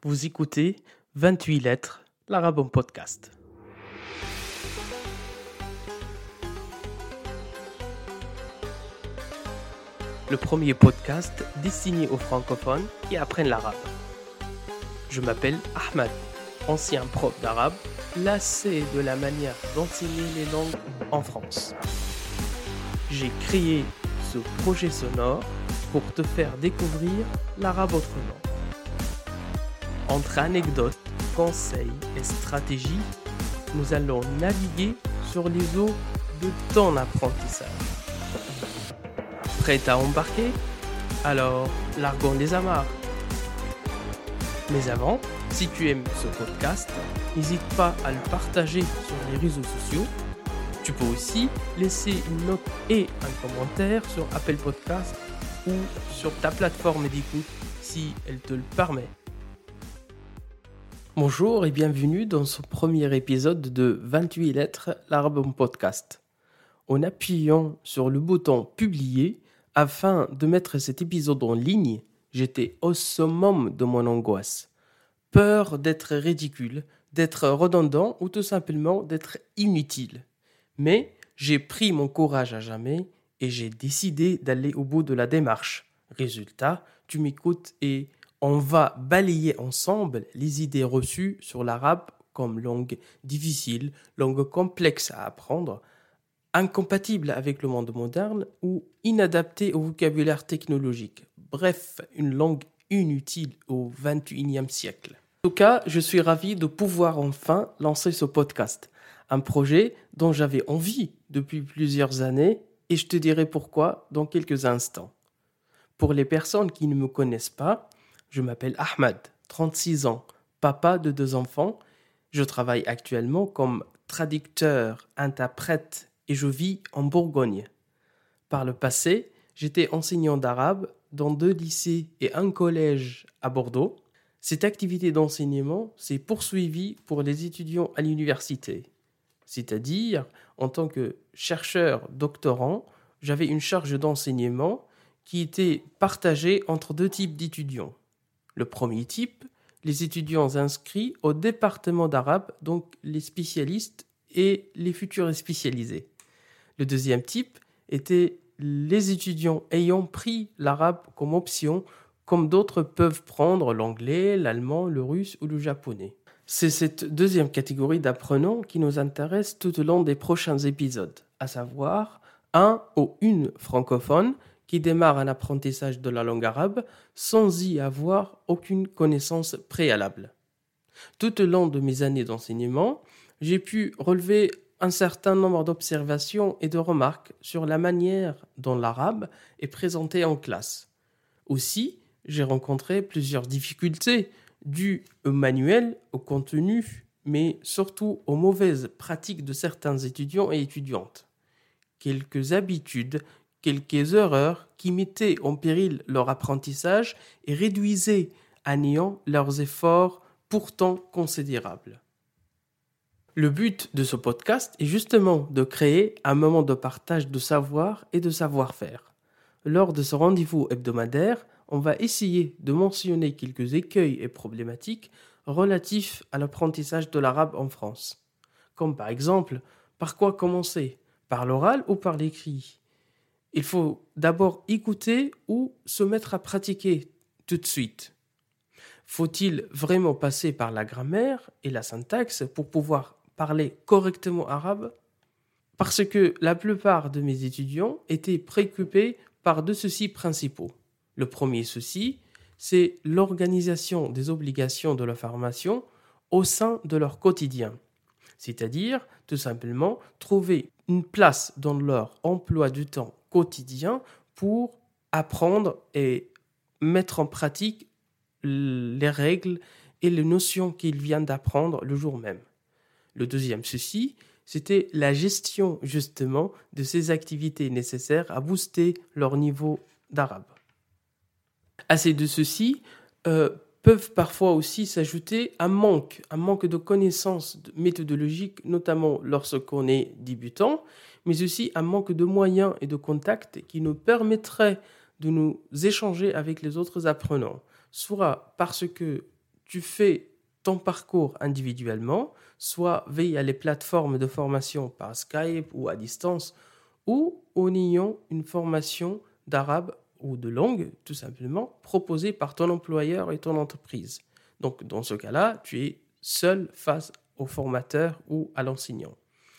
Vous écoutez 28 lettres, l'arabe en podcast. Le premier podcast destiné aux francophones qui apprennent l'arabe. Je m'appelle Ahmed, ancien prof d'arabe, lassé de la manière d'enseigner les langues en France. J'ai créé ce projet sonore pour te faire découvrir l'arabe autrement. Entre anecdotes, conseils et stratégies, nous allons naviguer sur les eaux de ton apprentissage. Prêt à embarquer? Alors, largons les amarres. Mais avant, si tu aimes ce podcast, n'hésite pas à le partager sur les réseaux sociaux. Tu peux aussi laisser une note et un commentaire sur Apple Podcast ou sur ta plateforme d'écoute si elle te le permet. Bonjour et bienvenue dans ce premier épisode de 28 lettres, l'arabe en podcast. En appuyant sur le bouton « Publier » afin de mettre cet épisode en ligne, j'étais au summum de mon angoisse. Peur d'être ridicule, d'être redondant ou tout simplement d'être inutile. Mais j'ai pris mon courage à jamais et j'ai décidé d'aller au bout de la démarche. Résultat, tu m'écoutes et on va balayer ensemble les idées reçues sur l'arabe comme langue difficile, langue complexe à apprendre, incompatible avec le monde moderne ou inadaptée au vocabulaire technologique. Bref, une langue inutile au XXIe siècle. En tout cas, je suis ravi de pouvoir enfin lancer ce podcast. Un projet dont j'avais envie depuis plusieurs années et je te dirai pourquoi dans quelques instants. Pour les personnes qui ne me connaissent pas, je m'appelle Ahmed, 36 ans, papa de 2 enfants. Je travaille actuellement comme traducteur, interprète et je vis en Bourgogne. Par le passé, j'étais enseignant d'arabe dans 2 lycées et un collège à Bordeaux. Cette activité d'enseignement s'est poursuivie pour les étudiants à l'université. C'est-à-dire, en tant que chercheur doctorant, j'avais une charge d'enseignement qui était partagée entre 2 types d'étudiants. Le premier type, les étudiants inscrits au département d'arabe, donc les spécialistes et les futurs spécialisés. Le deuxième type était les étudiants ayant pris l'arabe comme option, comme d'autres peuvent prendre l'anglais, l'allemand, le russe ou le japonais. C'est cette deuxième catégorie d'apprenants qui nous intéresse tout au long des prochains épisodes, à savoir un ou une francophone qui démarre un apprentissage de la langue arabe sans y avoir aucune connaissance préalable. Tout au long de mes années d'enseignement, j'ai pu relever un certain nombre d'observations et de remarques sur la manière dont l'arabe est présenté en classe. Aussi, j'ai rencontré plusieurs difficultés dues au manuel, au contenu, mais surtout aux mauvaises pratiques de certains étudiants et étudiantes. Quelques habitudes, quelques erreurs qui mettaient en péril leur apprentissage et réduisaient à néant leurs efforts pourtant considérables. Le but de ce podcast est justement de créer un moment de partage de savoir et de savoir-faire. Lors de ce rendez-vous hebdomadaire, on va essayer de mentionner quelques écueils et problématiques relatifs à l'apprentissage de l'arabe en France. Comme par exemple, par quoi commencer? Par l'oral ou par l'écrit? Il faut d'abord écouter ou se mettre à pratiquer tout de suite. Faut-il vraiment passer par la grammaire et la syntaxe pour pouvoir parler correctement arabe? Parce que la plupart de mes étudiants étaient préoccupés par 2 soucis principaux. Le premier souci, c'est l'organisation des obligations de la formation au sein de leur quotidien. C'est-à-dire, tout simplement, trouver une place dans leur emploi du temps quotidien pour apprendre et mettre en pratique les règles et les notions qu'ils viennent d'apprendre le jour même. Le deuxième souci, c'était la gestion justement de ces activités nécessaires à booster leur niveau d'arabe. À ces 2 soucis peuvent parfois aussi s'ajouter un manque de connaissances méthodologiques, notamment lorsqu'on est débutant, mais aussi un manque de moyens et de contacts qui nous permettraient de nous échanger avec les autres apprenants, soit parce que tu fais ton parcours individuellement, soit via les plateformes de formation par Skype ou à distance, ou en ayant une formation d'arabe ou de langue, tout simplement, proposée par ton employeur et ton entreprise. Donc, dans ce cas-là, tu es seul face au formateur ou à l'enseignant.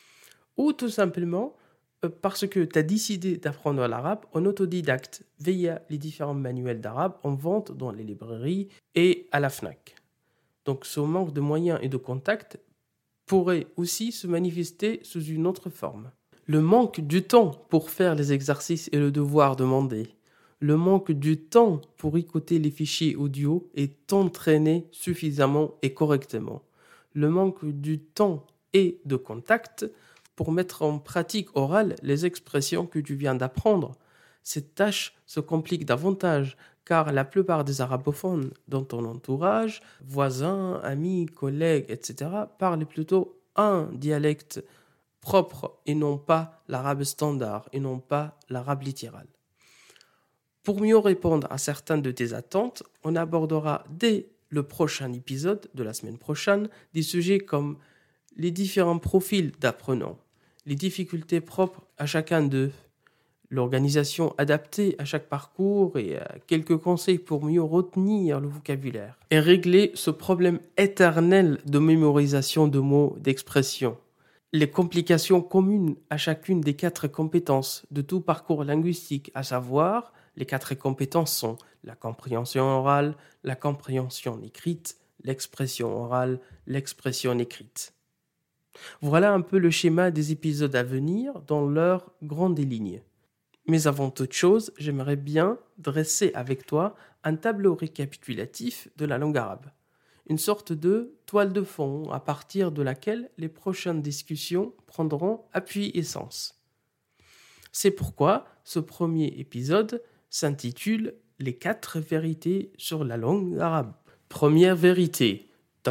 Ou tout simplement, parce que tu as décidé d'apprendre l'arabe en autodidacte via les différents manuels d'arabe en vente dans les librairies et à la FNAC. Donc, ce manque de moyens et de contacts pourrait aussi se manifester sous une autre forme. Le manque du temps pour faire les exercices et le devoir demandé. Le manque du temps pour écouter les fichiers audio et t'entraîner suffisamment et correctement. Le manque du temps et de contact pour mettre en pratique orale les expressions que tu viens d'apprendre. Cette tâche se complique davantage car la plupart des arabophones dans ton entourage, voisins, amis, collègues, etc., parlent plutôt un dialecte propre et non pas l'arabe standard et non pas l'arabe littéral. Pour mieux répondre à certaines de tes attentes, on abordera dès le prochain épisode de la semaine prochaine des sujets comme les différents profils d'apprenants, les difficultés propres à chacun d'eux, l'organisation adaptée à chaque parcours et quelques conseils pour mieux retenir le vocabulaire et régler ce problème éternel de mémorisation de mots, d'expressions. Les complications communes à chacune des 4 compétences de tout parcours linguistique, à savoir, les 4 compétences sont la compréhension orale, la compréhension écrite, l'expression orale, l'expression écrite. Voilà un peu le schéma des épisodes à venir dans leurs grandes lignes. Mais avant toute chose, j'aimerais bien dresser avec toi un tableau récapitulatif de la langue arabe. Une sorte de toile de fond à partir de laquelle les prochaines discussions prendront appui et sens. C'est pourquoi ce premier épisode s'intitule « Les 4 vérités sur la langue arabe ». Première vérité.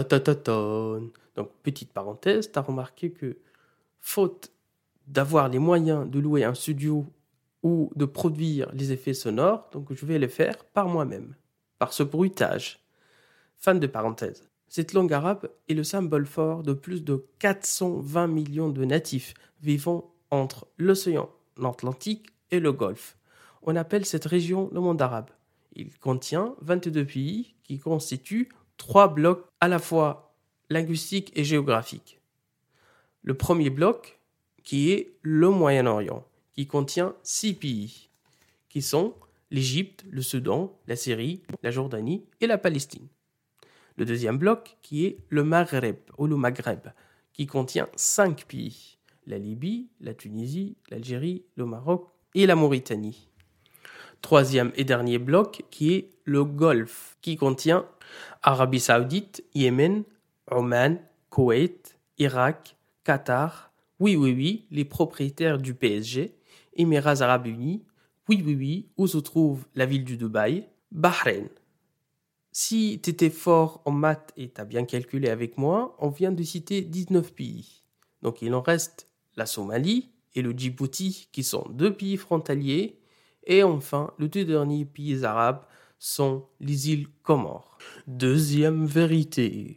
Donc, petite parenthèse, tu as remarqué que faute d'avoir les moyens de louer un studio ou de produire les effets sonores, donc je vais les faire par moi-même, par ce bruitage. Fin de parenthèse. Cette langue arabe est le symbole fort de plus de 420 millions de natifs vivant entre l'océan Atlantique et le Golfe. On appelle cette région le monde arabe. Il contient 22 pays qui constituent 3 blocs à la fois linguistiques et géographiques. Le premier bloc, qui est le Moyen-Orient, qui contient 6 pays, qui sont l'Égypte, le Soudan, la Syrie, la Jordanie et la Palestine. Le deuxième bloc, qui est le Maghreb, ou le Maghreb, qui contient 5 pays, la Libye, la Tunisie, l'Algérie, le Maroc et la Mauritanie. Troisième et dernier bloc, qui est le Golfe, qui contient Arabie Saoudite, Yémen, Oman, Koweït, Irak, Qatar, oui, les propriétaires du PSG, Émirats Arabes Unis, oui, où se trouve la ville du Dubaï, Bahreïn. Si tu étais fort en maths et tu as bien calculé avec moi, on vient de citer 19 pays. Donc il en reste la Somalie et le Djibouti qui sont 2 pays frontaliers. Et enfin, le 2 derniers pays arabes sont les îles Comores. Deuxième vérité.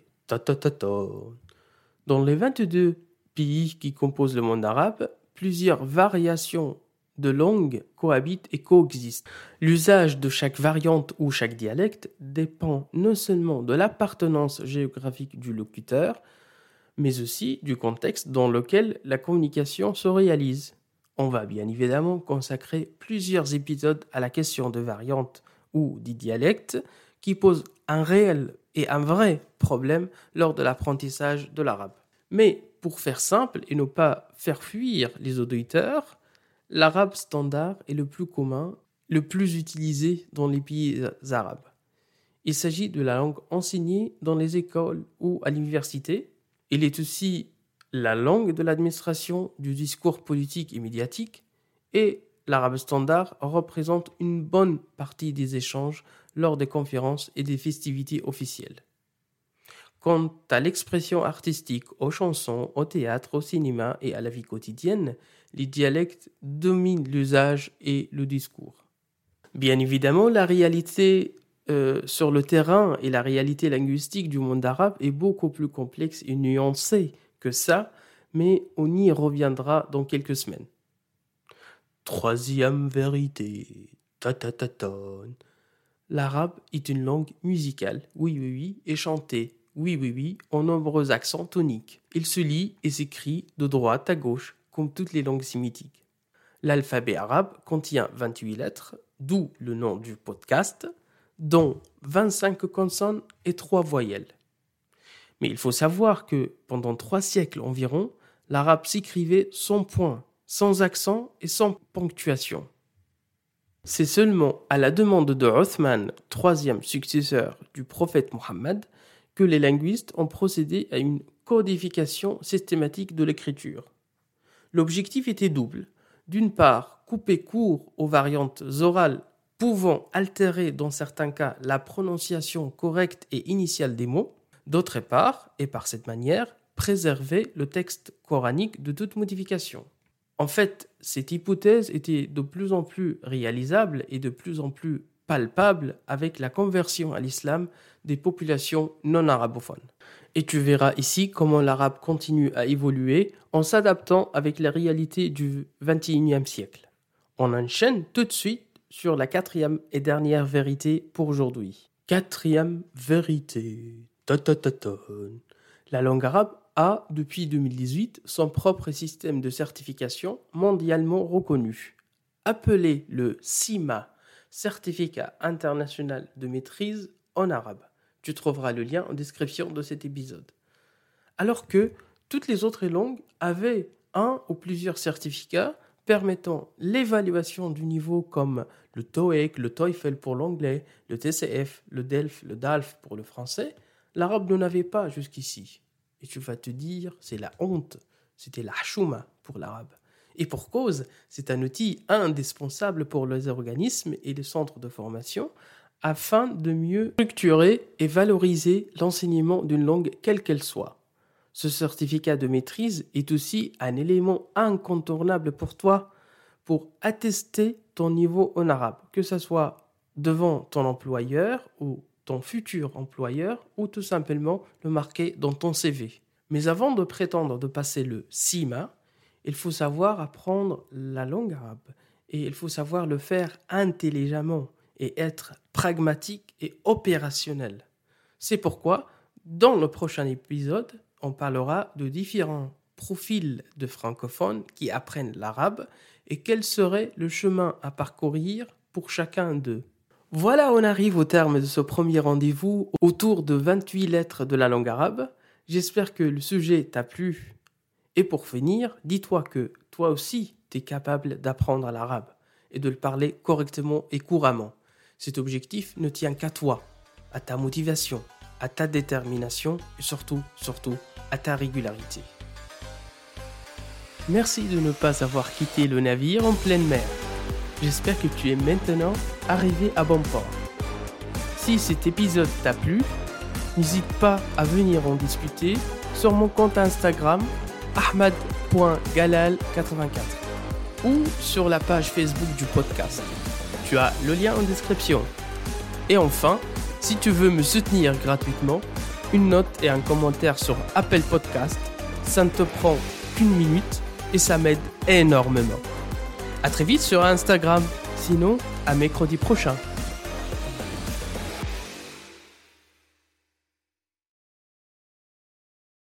Dans les 22 pays qui composent le monde arabe, plusieurs variations de langues cohabitent et coexistent. L'usage de chaque variante ou chaque dialecte dépend non seulement de l'appartenance géographique du locuteur, mais aussi du contexte dans lequel la communication se réalise. On va bien évidemment consacrer plusieurs épisodes à la question de variantes ou des dialectes qui posent un réel et un vrai problème lors de l'apprentissage de l'arabe. Mais pour faire simple et ne pas faire fuir les auditeurs, l'arabe standard est le plus commun, le plus utilisé dans les pays arabes. Il s'agit de la langue enseignée dans les écoles ou à l'université. Il est aussi la langue de l'administration, du discours politique et médiatique, et l'arabe standard représente une bonne partie des échanges lors des conférences et des festivités officielles. Quant à l'expression artistique, aux chansons, au théâtre, au cinéma et à la vie quotidienne, les dialectes dominent l'usage et le discours. Bien évidemment, la réalité sur le terrain et la réalité linguistique du monde arabe est beaucoup plus complexe et nuancée que ça, mais on y reviendra dans quelques semaines. Troisième vérité. L'arabe est une langue musicale, oui, et chantée, oui, en nombreux accents toniques. Il se lit et s'écrit de droite à gauche, comme toutes les langues sémitiques. L'alphabet arabe contient 28 lettres, d'où le nom du podcast, dont 25 consonnes et 3 voyelles. Mais il faut savoir que pendant 3 siècles environ, l'arabe s'écrivait sans point, sans accent et sans ponctuation. C'est seulement à la demande de Uthman, troisième successeur du prophète Mohammed, que les linguistes ont procédé à une codification systématique de l'écriture. L'objectif était double. D'une part, couper court aux variantes orales pouvant altérer dans certains cas la prononciation correcte et initiale des mots. D'autre part, et par cette manière, préserver le texte coranique de toute modification. En fait, cette hypothèse était de plus en plus réalisable et de plus en plus palpable avec la conversion à l'islam des populations non arabophones. Et tu verras ici comment l'arabe continue à évoluer en s'adaptant avec les réalités du XXIe siècle. On enchaîne tout de suite sur la 4e et dernière vérité pour aujourd'hui. 4e vérité. La langue arabe a, depuis 2018, son propre système de certification mondialement reconnu. Appelé le CIMA, Certificat international de maîtrise en arabe. Tu trouveras le lien en description de cet épisode. Alors que toutes les autres langues avaient un ou plusieurs certificats permettant l'évaluation du niveau comme le TOEIC, le TOEFL pour l'anglais, le TCF, le DELF, le DALF pour le français, l'arabe n'en avait pas jusqu'ici. Et tu vas te dire, c'est la honte, c'était la chouma pour l'arabe. Et pour cause, c'est un outil indispensable pour les organismes et les centres de formation afin de mieux structurer et valoriser l'enseignement d'une langue quelle qu'elle soit. Ce certificat de maîtrise est aussi un élément incontournable pour toi pour attester ton niveau en arabe, que ce soit devant ton employeur ou ton futur employeur ou tout simplement le marquer dans ton CV. Mais avant de prétendre de passer le CIMA, il faut savoir apprendre la langue arabe et il faut savoir le faire intelligemment et être pragmatique et opérationnel. C'est pourquoi, dans le prochain épisode, on parlera de différents profils de francophones qui apprennent l'arabe et quel serait le chemin à parcourir pour chacun d'eux. Voilà, on arrive au terme de ce premier rendez-vous autour de 28 lettres de la langue arabe. J'espère que le sujet t'a plu. Et pour finir, dis-toi que toi aussi, tu es capable d'apprendre l'arabe et de le parler correctement et couramment. Cet objectif ne tient qu'à toi, à ta motivation, à ta détermination et surtout, à ta régularité. Merci de ne pas avoir quitté le navire en pleine mer. J'espère que tu es maintenant arrivé à bon port. Si cet épisode t'a plu, n'hésite pas à venir en discuter sur mon compte Instagram ahmad.galal84 ou sur la page Facebook du podcast. Tu as le lien en description. Et enfin, si tu veux me soutenir gratuitement, une note et un commentaire sur Apple Podcast, ça ne te prend qu'une minute et ça m'aide énormément. À très vite sur Instagram, sinon à mercredi prochain.